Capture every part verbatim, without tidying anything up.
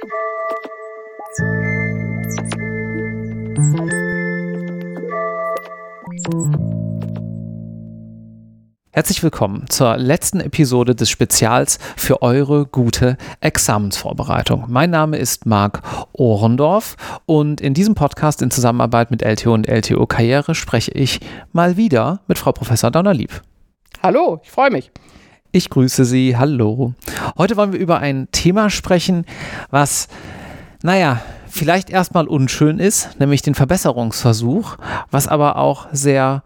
Herzlich willkommen zur letzten Episode des Spezials für eure gute Examensvorbereitung. Mein Name ist Marc Ohrendorf und in diesem Podcast in Zusammenarbeit mit L T O und L T O Karriere spreche ich mal wieder mit Frau Professor Dauner-Lieb. Hallo, ich freue mich. Ich grüße Sie, hallo. Heute wollen wir über ein Thema sprechen, was, naja, vielleicht erstmal unschön ist, nämlich den Verbesserungsversuch, was aber auch sehr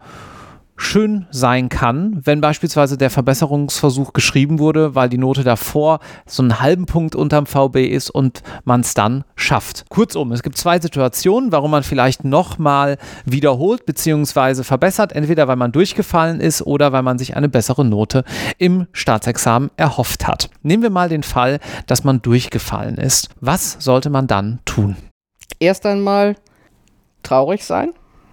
schön sein kann, wenn beispielsweise der Verbesserungsversuch geschrieben wurde, weil die Note davor so einen halben Punkt unterm V B ist und man es dann schafft. Kurzum, es gibt zwei Situationen, warum man vielleicht nochmal wiederholt bzw. verbessert, entweder weil man durchgefallen ist oder weil man sich eine bessere Note im Staatsexamen erhofft hat. Nehmen wir mal den Fall, dass man durchgefallen ist. Was sollte man dann tun? Erst einmal traurig sein.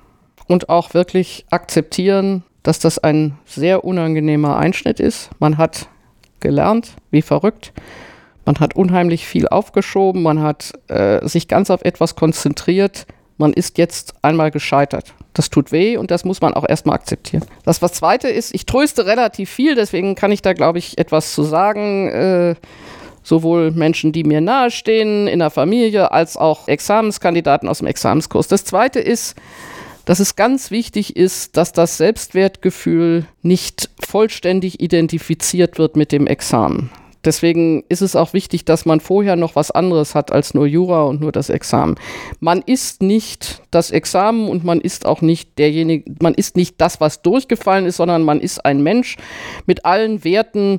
Und auch wirklich akzeptieren, dass das ein sehr unangenehmer Einschnitt ist. Man hat gelernt, wie verrückt. Man hat unheimlich viel aufgeschoben. Man hat äh, sich ganz auf etwas konzentriert. Man ist jetzt einmal gescheitert. Das tut weh und das muss man auch erstmal akzeptieren. Das was Zweite ist, ich tröste relativ viel, deswegen kann ich da, glaube ich, etwas zu sagen. Äh, sowohl Menschen, die mir nahestehen, in der Familie, als auch Examenskandidaten aus dem Examenskurs. Das Zweite ist, dass es ganz wichtig ist, dass das Selbstwertgefühl nicht vollständig identifiziert wird mit dem Examen. Deswegen ist es auch wichtig, dass man vorher noch was anderes hat als nur Jura und nur das Examen. Man ist nicht das Examen und man ist auch nicht derjenige, man ist nicht das, was durchgefallen ist, sondern man ist ein Mensch mit allen Werten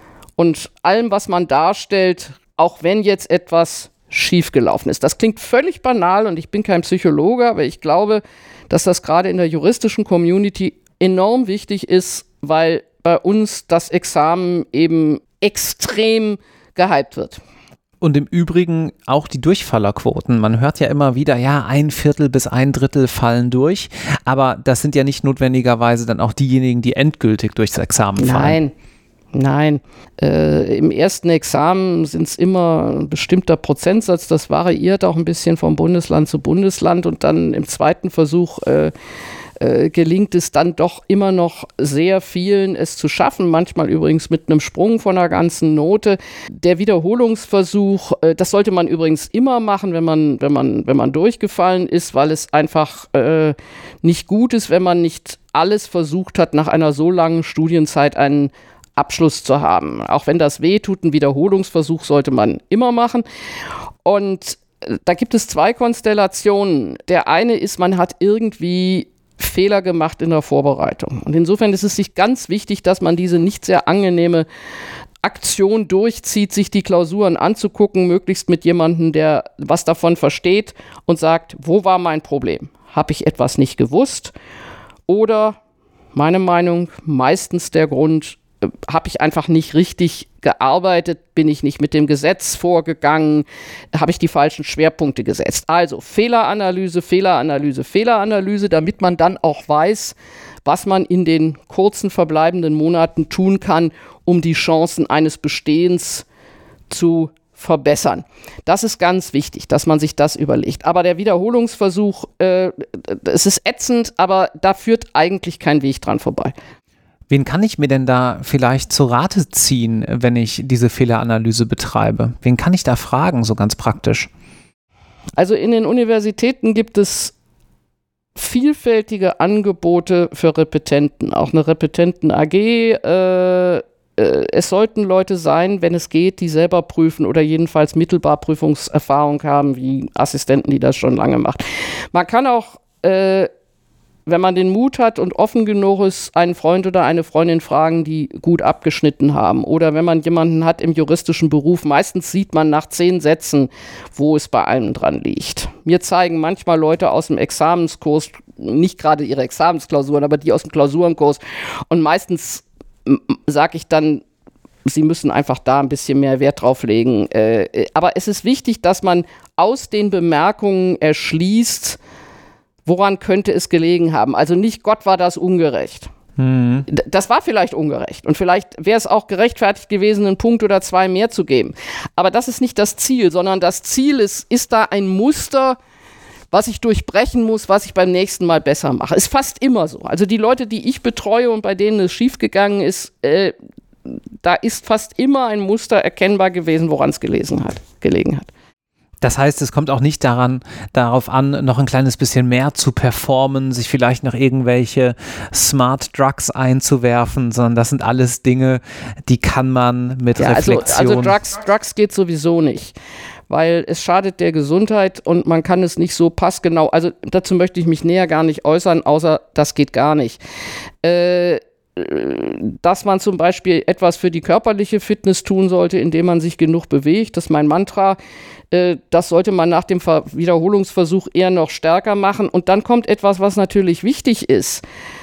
und allem, was man darstellt, auch wenn jetzt etwas schiefgelaufen ist. Das klingt völlig banal und ich bin kein Psychologe, aber ich glaube, dass das gerade in der juristischen Community enorm wichtig ist, weil bei uns das Examen eben extrem gehypt wird. Und im Übrigen auch die Durchfallerquoten. Man hört ja immer wieder, ja, ein Viertel bis ein Drittel fallen durch, aber das sind ja nicht notwendigerweise dann auch diejenigen, die endgültig durchs Examen fallen. Nein. Nein, äh, im ersten Examen sind es immer ein bestimmter Prozentsatz, das variiert auch ein bisschen vom Bundesland zu Bundesland und dann im zweiten Versuch äh, äh, gelingt es dann doch immer noch sehr vielen, es zu schaffen, manchmal übrigens mit einem Sprung von einer ganzen Note. Der Wiederholungsversuch, äh, das sollte man übrigens immer machen, wenn man, wenn man, wenn man durchgefallen ist, weil es einfach äh, nicht gut ist, wenn man nicht alles versucht hat, nach einer so langen Studienzeit einen Abschluss zu haben. Auch wenn das weh tut, einen Wiederholungsversuch sollte man immer machen. Und da gibt es zwei Konstellationen. Der eine ist, man hat irgendwie Fehler gemacht in der Vorbereitung. Und insofern ist es sich ganz wichtig, dass man diese nicht sehr angenehme Aktion durchzieht, sich die Klausuren anzugucken, möglichst mit jemandem, der was davon versteht und sagt, wo war mein Problem? Habe ich etwas nicht gewusst? Oder, meine Meinung, meistens der Grund, habe ich einfach nicht richtig gearbeitet, bin ich nicht mit dem Gesetz vorgegangen, habe ich die falschen Schwerpunkte gesetzt. Also Fehleranalyse, Fehleranalyse, Fehleranalyse, damit man dann auch weiß, was man in den kurzen verbleibenden Monaten tun kann, um die Chancen eines Bestehens zu verbessern. Das ist ganz wichtig, dass man sich das überlegt. Aber der Wiederholungsversuch, äh, es ist ätzend, aber da führt eigentlich kein Weg dran vorbei. Wen kann ich mir denn da vielleicht zu Rate ziehen, wenn ich diese Fehleranalyse betreibe? Wen kann ich da fragen, so ganz praktisch? Also in den Universitäten gibt es vielfältige Angebote für Repetenten, auch eine Repetenten-A G. Äh, äh, es sollten Leute sein, wenn es geht, die selber prüfen oder jedenfalls mittelbar Prüfungserfahrung haben, wie Assistenten, die das schon lange machen. Man kann auch äh, wenn man den Mut hat und offen genug ist, einen Freund oder eine Freundin fragen, die gut abgeschnitten haben. Oder wenn man jemanden hat im juristischen Beruf, meistens sieht man nach zehn Sätzen, wo es bei einem dran liegt. Mir zeigen manchmal Leute aus dem Examenskurs, nicht gerade ihre Examensklausuren, aber die aus dem Klausurenkurs. Und meistens sage ich dann, sie müssen einfach da ein bisschen mehr Wert drauf legen. Äh, aber es ist wichtig, dass man aus den Bemerkungen erschließt, woran könnte es gelegen haben. Also nicht, Gott, war das ungerecht, Mhm. Das war vielleicht ungerecht und vielleicht wäre es auch gerechtfertigt gewesen, einen Punkt oder zwei mehr zu geben. Aber das ist nicht das Ziel, sondern das Ziel ist, ist da ein Muster, was ich durchbrechen muss, was ich beim nächsten Mal besser mache. Ist fast immer so. Also die Leute, die ich betreue und bei denen es schiefgegangen ist, äh, da ist fast immer ein Muster erkennbar gewesen, woran es gelesen hat, gelegen hat. Das heißt, es kommt auch nicht daran, darauf an, noch ein kleines bisschen mehr zu performen, sich vielleicht noch irgendwelche Smart Drugs einzuwerfen, sondern das sind alles Dinge, die kann man mit ja, Reflexion... Also, also Drugs, Drugs geht sowieso nicht, weil es schadet der Gesundheit und man kann es nicht so passgenau... Also dazu möchte ich mich näher gar nicht äußern, außer das geht gar nicht. Äh... dass man zum Beispiel etwas für die körperliche Fitness tun sollte, indem man sich genug bewegt. Das ist mein Mantra. Das sollte man nach dem Wiederholungsversuch eher noch stärker machen. Und dann kommt etwas, was natürlich wichtig ist.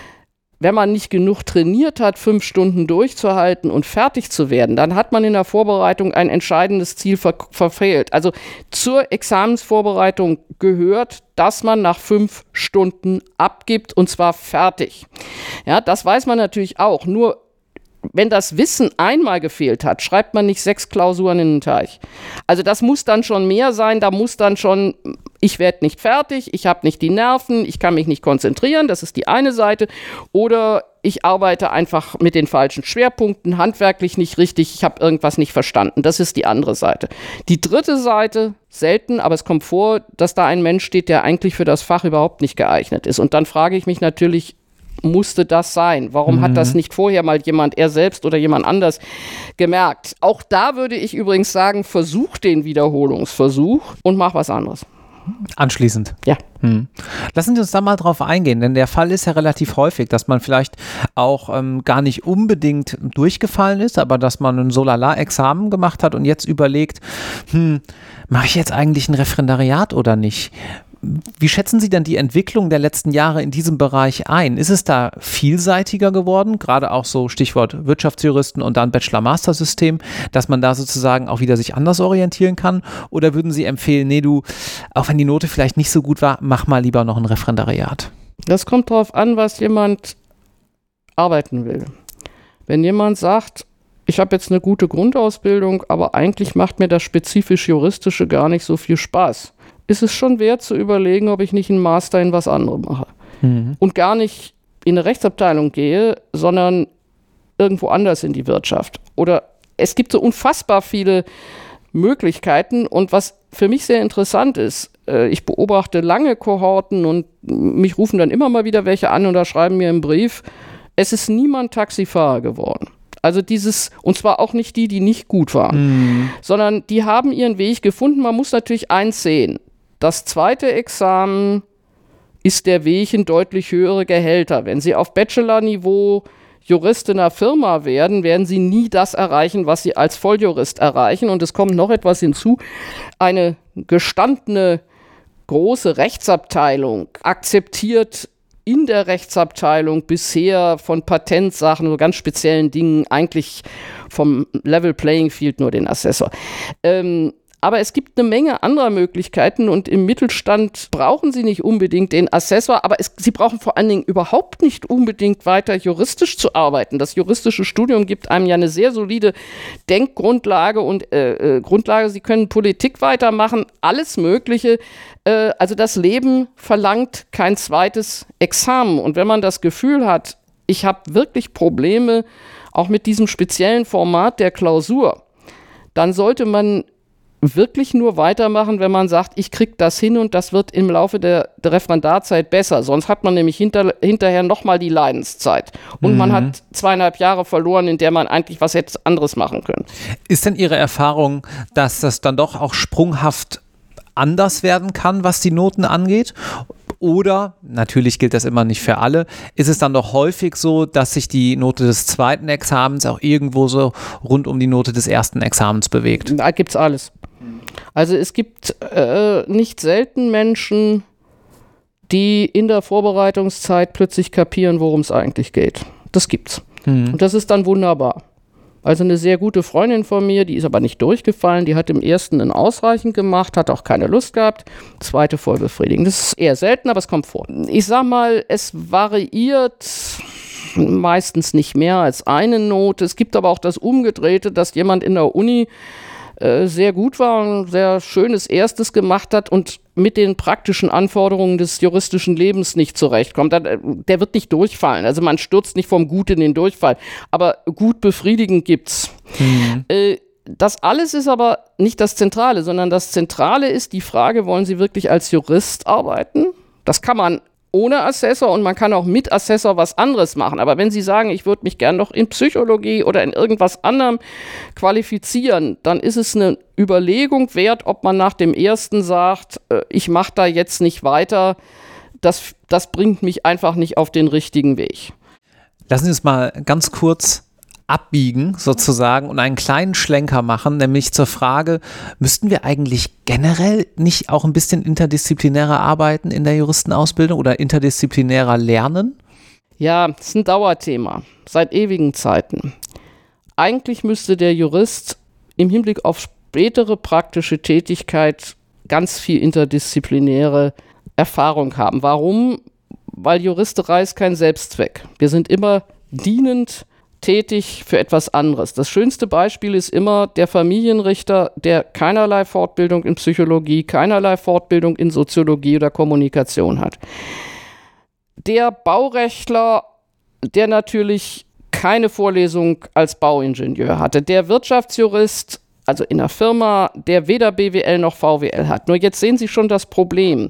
Wenn man nicht genug trainiert hat, fünf Stunden durchzuhalten und fertig zu werden, dann hat man in der Vorbereitung ein entscheidendes Ziel ver- verfehlt. Also zur Examensvorbereitung gehört, dass man nach fünf Stunden abgibt und zwar fertig. Ja, das weiß man natürlich auch. Nur wenn das Wissen einmal gefehlt hat, schreibt man nicht sechs Klausuren in den Teich. Also das muss dann schon mehr sein, da muss dann schon, ich werde nicht fertig, ich habe nicht die Nerven, ich kann mich nicht konzentrieren, das ist die eine Seite. Oder ich arbeite einfach mit den falschen Schwerpunkten, handwerklich nicht richtig, ich habe irgendwas nicht verstanden. Das ist die andere Seite. Die dritte Seite, selten, aber es kommt vor, dass da ein Mensch steht, der eigentlich für das Fach überhaupt nicht geeignet ist. Und dann frage ich mich natürlich, musste das sein? Warum mhm. hat das nicht vorher mal jemand, er selbst oder jemand anders, gemerkt? Auch da würde ich übrigens sagen, versuch den Wiederholungsversuch und mach was anderes. Anschließend. Ja. Hm. Lassen Sie uns da mal drauf eingehen, denn der Fall ist ja relativ häufig, dass man vielleicht auch ähm, gar nicht unbedingt durchgefallen ist, aber dass man ein Solala-Examen gemacht hat und jetzt überlegt, hm, mache ich jetzt eigentlich ein Referendariat oder nicht? Wie schätzen Sie denn die Entwicklung der letzten Jahre in diesem Bereich ein? Ist es da vielseitiger geworden, gerade auch so Stichwort Wirtschaftsjuristen und dann Bachelor-Master-System, dass man da sozusagen auch wieder sich anders orientieren kann? Oder würden Sie empfehlen, nee, du, auch wenn die Note vielleicht nicht so gut war, mach mal lieber noch ein Referendariat? Das kommt darauf an, was jemand arbeiten will. Wenn jemand sagt, ich habe jetzt eine gute Grundausbildung, aber eigentlich macht mir das spezifisch-juristische gar nicht so viel Spaß, ist es schon wert zu überlegen, ob ich nicht einen Master in was anderem mache. Mhm. Und gar nicht in eine Rechtsabteilung gehe, sondern irgendwo anders in die Wirtschaft. Oder es gibt so unfassbar viele Möglichkeiten. Und was für mich sehr interessant ist, äh, ich beobachte lange Kohorten und mich rufen dann immer mal wieder welche an oder schreiben mir einen Brief, es ist niemand Taxifahrer geworden. Also dieses, und zwar auch nicht die, die nicht gut waren, mhm. sondern die haben ihren Weg gefunden. Man muss natürlich eins sehen. Das zweite Examen ist der Weg in deutlich höhere Gehälter. Wenn Sie auf Bachelor-Niveau Jurist in einer Firma werden, werden Sie nie das erreichen, was Sie als Volljurist erreichen. Und es kommt noch etwas hinzu. Eine gestandene große Rechtsabteilung akzeptiert in der Rechtsabteilung bisher von Patentsachen oder ganz speziellen Dingen eigentlich vom Level Playing Field nur den Assessor. Ähm, Aber es gibt eine Menge anderer Möglichkeiten und im Mittelstand brauchen Sie nicht unbedingt den Assessor, aber es, Sie brauchen vor allen Dingen überhaupt nicht unbedingt weiter juristisch zu arbeiten. Das juristische Studium gibt einem ja eine sehr solide Denkgrundlage und äh, äh, Grundlage. Sie können Politik weitermachen, alles Mögliche. Äh, also das Leben verlangt kein zweites Examen. Und wenn man das Gefühl hat, ich habe wirklich Probleme, auch mit diesem speziellen Format der Klausur, dann sollte man wirklich nur weitermachen, wenn man sagt, ich kriege das hin und das wird im Laufe der, der Referendarzeit besser. Sonst hat man nämlich hinter, hinterher nochmal die Leidenszeit. Und mhm. man hat zweieinhalb Jahre verloren, in der man eigentlich was hätte anderes machen können. Ist denn Ihre Erfahrung, dass das dann doch auch sprunghaft anders werden kann, was die Noten angeht? Oder, natürlich gilt das immer nicht für alle, ist es dann doch häufig so, dass sich die Note des zweiten Examens auch irgendwo so rund um die Note des ersten Examens bewegt? Da gibt's alles. Also es gibt äh, nicht selten Menschen, die in der Vorbereitungszeit plötzlich kapieren, worum es eigentlich geht. Das gibt's. Mhm. Und das ist dann wunderbar. Also eine sehr gute Freundin von mir, die ist aber nicht durchgefallen, die hat im ersten einen ausreichend gemacht, hat auch keine Lust gehabt, zweite voll befriedigend. Das ist eher selten, aber es kommt vor. Ich sag mal, es variiert meistens nicht mehr als eine Note. Es gibt aber auch das Umgedrehte, dass jemand in der Uni äh, sehr gut war und ein sehr schönes Erstes gemacht hat und mit den praktischen Anforderungen des juristischen Lebens nicht zurechtkommt. Der, der wird nicht durchfallen. Also man stürzt nicht vom Gut in den Durchfall. Aber gut befriedigend gibt's. Mhm. Äh, Das alles ist aber nicht das Zentrale, sondern das Zentrale ist die Frage, wollen Sie wirklich als Jurist arbeiten? Das kann man ohne Assessor und man kann auch mit Assessor was anderes machen. Aber wenn Sie sagen, ich würde mich gern noch in Psychologie oder in irgendwas anderem qualifizieren, dann ist es eine Überlegung wert, ob man nach dem ersten sagt, äh, ich mache da jetzt nicht weiter. Das, das bringt mich einfach nicht auf den richtigen Weg. Lassen Sie uns mal ganz kurz abbiegen sozusagen und einen kleinen Schlenker machen, nämlich zur Frage, müssten wir eigentlich generell nicht auch ein bisschen interdisziplinärer arbeiten in der Juristenausbildung oder interdisziplinärer lernen? Ja, das ist ein Dauerthema, seit ewigen Zeiten. Eigentlich müsste der Jurist im Hinblick auf spätere praktische Tätigkeit ganz viel interdisziplinäre Erfahrung haben. Warum? Weil Juristerei ist kein Selbstzweck. Wir sind immer dienend tätig für etwas anderes. Das schönste Beispiel ist immer der Familienrichter, der keinerlei Fortbildung in Psychologie, keinerlei Fortbildung in Soziologie oder Kommunikation hat. Der Baurechtler, der natürlich keine Vorlesung als Bauingenieur hatte. Der Wirtschaftsjurist, also in der Firma, der weder B W L noch V W L hat. Nur jetzt sehen Sie schon das Problem.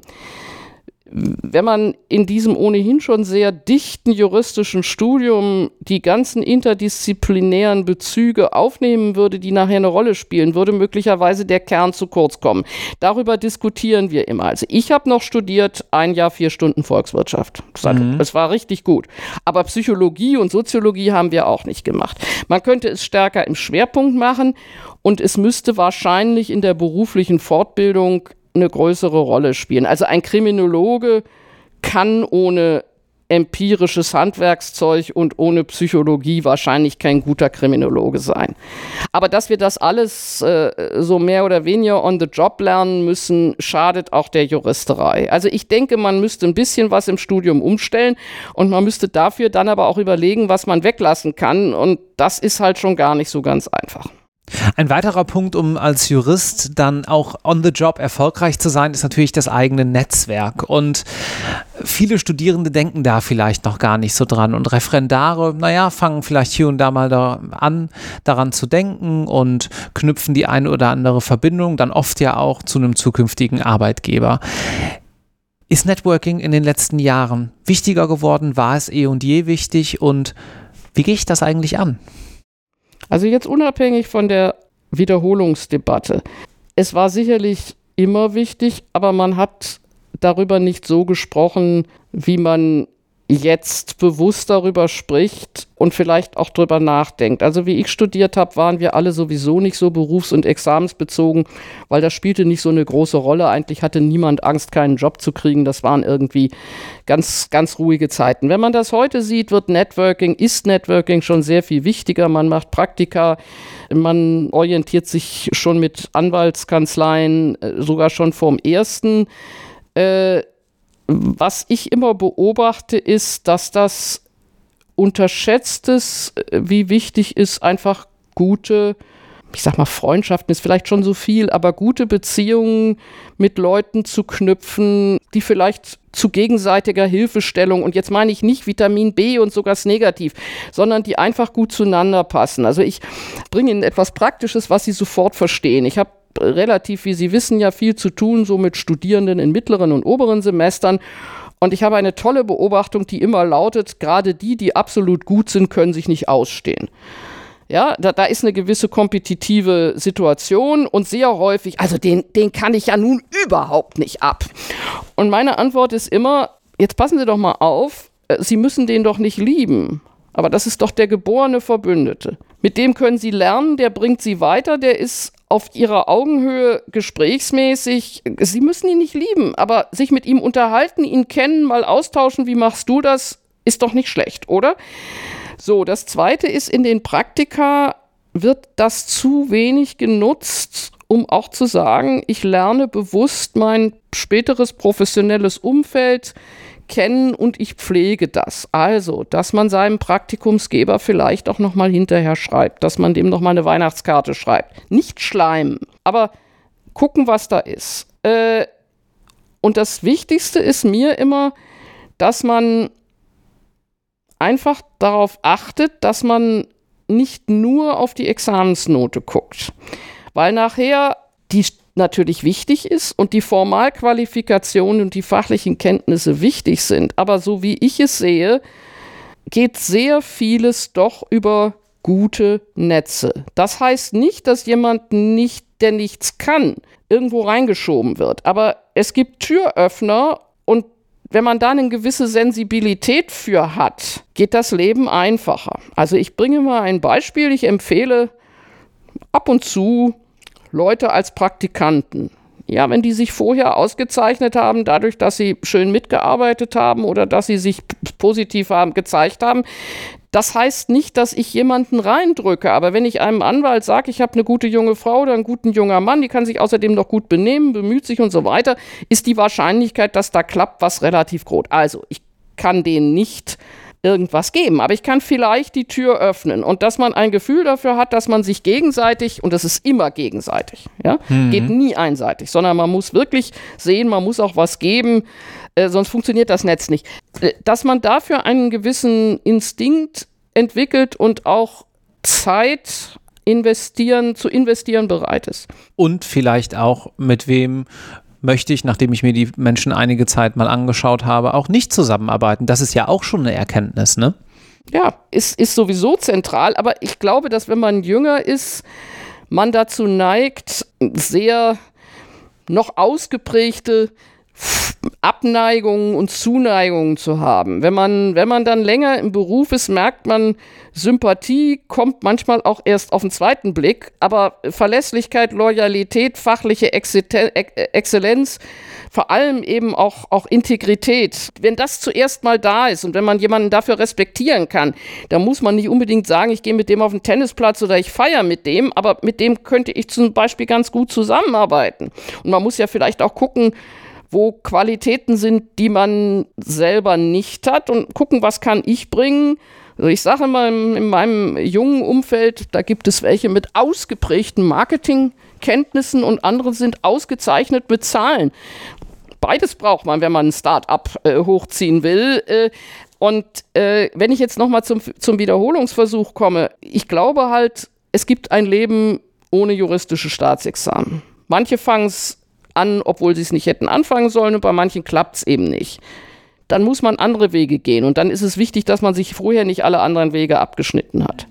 Wenn man in diesem ohnehin schon sehr dichten juristischen Studium die ganzen interdisziplinären Bezüge aufnehmen würde, die nachher eine Rolle spielen, würde möglicherweise der Kern zu kurz kommen. Darüber diskutieren wir immer. Also ich habe noch studiert, ein Jahr, vier Stunden Volkswirtschaft. Das, hat, mhm. das war richtig gut. Aber Psychologie und Soziologie haben wir auch nicht gemacht. Man könnte es stärker im Schwerpunkt machen und es müsste wahrscheinlich in der beruflichen Fortbildung eine größere Rolle spielen. Also ein Kriminologe kann ohne empirisches Handwerkszeug und ohne Psychologie wahrscheinlich kein guter Kriminologe sein. Aber dass wir das alles äh, so mehr oder weniger on the job lernen müssen, schadet auch der Juristerei. Also ich denke, man müsste ein bisschen was im Studium umstellen und man müsste dafür dann aber auch überlegen, was man weglassen kann, und das ist halt schon gar nicht so ganz einfach. Ein weiterer Punkt, um als Jurist dann auch on the job erfolgreich zu sein, ist natürlich das eigene Netzwerk. Und viele Studierende denken da vielleicht noch gar nicht so dran. Und Referendare, naja, fangen vielleicht hier und da mal da an, daran zu denken und knüpfen die eine oder andere Verbindung, dann oft ja auch zu einem zukünftigen Arbeitgeber. Ist Networking in den letzten Jahren wichtiger geworden? War es eh und je wichtig? Und wie gehe ich das eigentlich an? Also jetzt unabhängig von der Wiederholungsdebatte. Es war sicherlich immer wichtig, aber man hat darüber nicht so gesprochen, wie man jetzt bewusst darüber spricht und vielleicht auch drüber nachdenkt. Also wie ich studiert habe, waren wir alle sowieso nicht so berufs- und examensbezogen, weil das spielte nicht so eine große Rolle. Eigentlich hatte niemand Angst, keinen Job zu kriegen. Das waren irgendwie ganz, ganz ruhige Zeiten. Wenn man das heute sieht, wird Networking, ist Networking schon sehr viel wichtiger. Man macht Praktika, man orientiert sich schon mit Anwaltskanzleien, sogar schon vorm ersten. Äh, Was ich immer beobachte, ist, dass das unterschätzt ist, wie wichtig ist, einfach gute, ich sag mal, Freundschaften ist vielleicht schon so viel, aber gute Beziehungen mit Leuten zu knüpfen, die vielleicht zu gegenseitiger Hilfestellung, und jetzt meine ich nicht Vitamin B und sogar das Negativ, sondern die einfach gut zueinander passen. Also ich bringe Ihnen etwas Praktisches, was Sie sofort verstehen. Ich habe relativ, wie Sie wissen, ja viel zu tun, so mit Studierenden in mittleren und oberen Semestern. Und ich habe eine tolle Beobachtung, die immer lautet, gerade die, die absolut gut sind, können sich nicht ausstehen. Ja, da, da ist eine gewisse kompetitive Situation und sehr häufig, also den, den kann ich ja nun überhaupt nicht ab. Und meine Antwort ist immer, jetzt passen Sie doch mal auf, Sie müssen den doch nicht lieben. Aber das ist doch der geborene Verbündete. Mit dem können Sie lernen, der bringt Sie weiter, der ist auf Ihrer Augenhöhe gesprächsmäßig. Sie müssen ihn nicht lieben, aber sich mit ihm unterhalten, ihn kennen, mal austauschen, wie machst du das, ist doch nicht schlecht, oder? So, das Zweite ist, in den Praktika wird das zu wenig genutzt, um auch zu sagen, ich lerne bewusst mein späteres professionelles Umfeld kennen und ich pflege das. Also, dass man seinem Praktikumsgeber vielleicht auch nochmal hinterher schreibt, dass man dem nochmal eine Weihnachtskarte schreibt. Nicht schleimen, aber gucken, was da ist. Äh, und das Wichtigste ist mir immer, dass man einfach darauf achtet, dass man nicht nur auf die Examensnote guckt, weil nachher die natürlich wichtig ist und die Formalqualifikationen und die fachlichen Kenntnisse wichtig sind. Aber so wie ich es sehe, geht sehr vieles doch über gute Netze. Das heißt nicht, dass jemand nicht, der nichts kann, irgendwo reingeschoben wird. Aber es gibt Türöffner und wenn man da eine gewisse Sensibilität für hat, geht das Leben einfacher. Also ich bringe mal ein Beispiel. Ich empfehle ab und zu Leute als Praktikanten. Ja, wenn die sich vorher ausgezeichnet haben, dadurch, dass sie schön mitgearbeitet haben oder dass sie sich positiv haben, gezeigt haben, das heißt nicht, dass ich jemanden reindrücke, aber wenn ich einem Anwalt sage, ich habe eine gute junge Frau oder einen guten junger Mann, die kann sich außerdem noch gut benehmen, bemüht sich und so weiter, ist die Wahrscheinlichkeit, dass da klappt, was relativ groß. Also ich kann denen nicht irgendwas geben, aber ich kann vielleicht die Tür öffnen und dass man ein Gefühl dafür hat, dass man sich gegenseitig, und das ist immer gegenseitig, ja, mhm. geht nie einseitig, sondern man muss wirklich sehen, man muss auch was geben, äh, sonst funktioniert das Netz nicht. Äh, dass man dafür einen gewissen Instinkt entwickelt und auch Zeit investieren, zu investieren bereit ist. Und vielleicht auch mit wem möchte ich, nachdem ich mir die Menschen einige Zeit mal angeschaut habe, auch nicht zusammenarbeiten. Das ist ja auch schon eine Erkenntnis, ne? Ja, ist, ist sowieso zentral, aber ich glaube, dass wenn man jünger ist, man dazu neigt, sehr noch ausgeprägte Abneigungen und Zuneigungen zu haben. Wenn man, wenn man dann länger im Beruf ist, merkt man, Sympathie kommt manchmal auch erst auf den zweiten Blick, aber Verlässlichkeit, Loyalität, fachliche Exzellenz, vor allem eben auch, auch Integrität. Wenn das zuerst mal da ist und wenn man jemanden dafür respektieren kann, dann muss man nicht unbedingt sagen, ich gehe mit dem auf den Tennisplatz oder ich feiere mit dem, aber mit dem könnte ich zum Beispiel ganz gut zusammenarbeiten. Und man muss ja vielleicht auch gucken, wo Qualitäten sind, die man selber nicht hat und gucken, was kann ich bringen. Also ich sage immer, in, in meinem jungen Umfeld, da gibt es welche mit ausgeprägten Marketingkenntnissen und andere sind ausgezeichnet mit Zahlen. Beides braucht man, wenn man ein Start-up äh, hochziehen will. Äh, und äh, wenn ich jetzt nochmal zum, zum Wiederholungsversuch komme, ich glaube halt, es gibt ein Leben ohne juristische Staatsexamen. Manche fangen es an, obwohl sie es nicht hätten anfangen sollen und bei manchen klappt es eben nicht. Dann muss man andere Wege gehen und dann ist es wichtig, dass man sich vorher nicht alle anderen Wege abgeschnitten hat.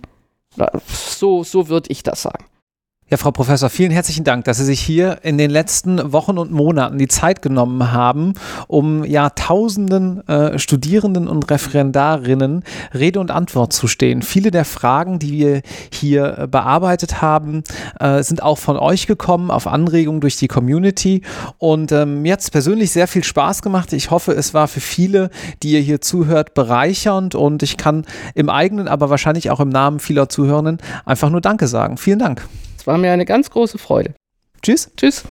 So, so würde ich das sagen. Ja, Frau Professor, vielen herzlichen Dank, dass Sie sich hier in den letzten Wochen und Monaten die Zeit genommen haben, um ja tausenden äh, Studierenden und Referendarinnen Rede und Antwort zu stehen. Viele der Fragen, die wir hier äh, bearbeitet haben, äh, sind auch von euch gekommen, auf Anregung durch die Community und ähm, mir hat es persönlich sehr viel Spaß gemacht. Ich hoffe, es war für viele, die ihr hier zuhört, bereichernd und ich kann im eigenen, aber wahrscheinlich auch im Namen vieler Zuhörenden einfach nur Danke sagen. Vielen Dank. Es war mir eine ganz große Freude. Tschüss. Tschüss.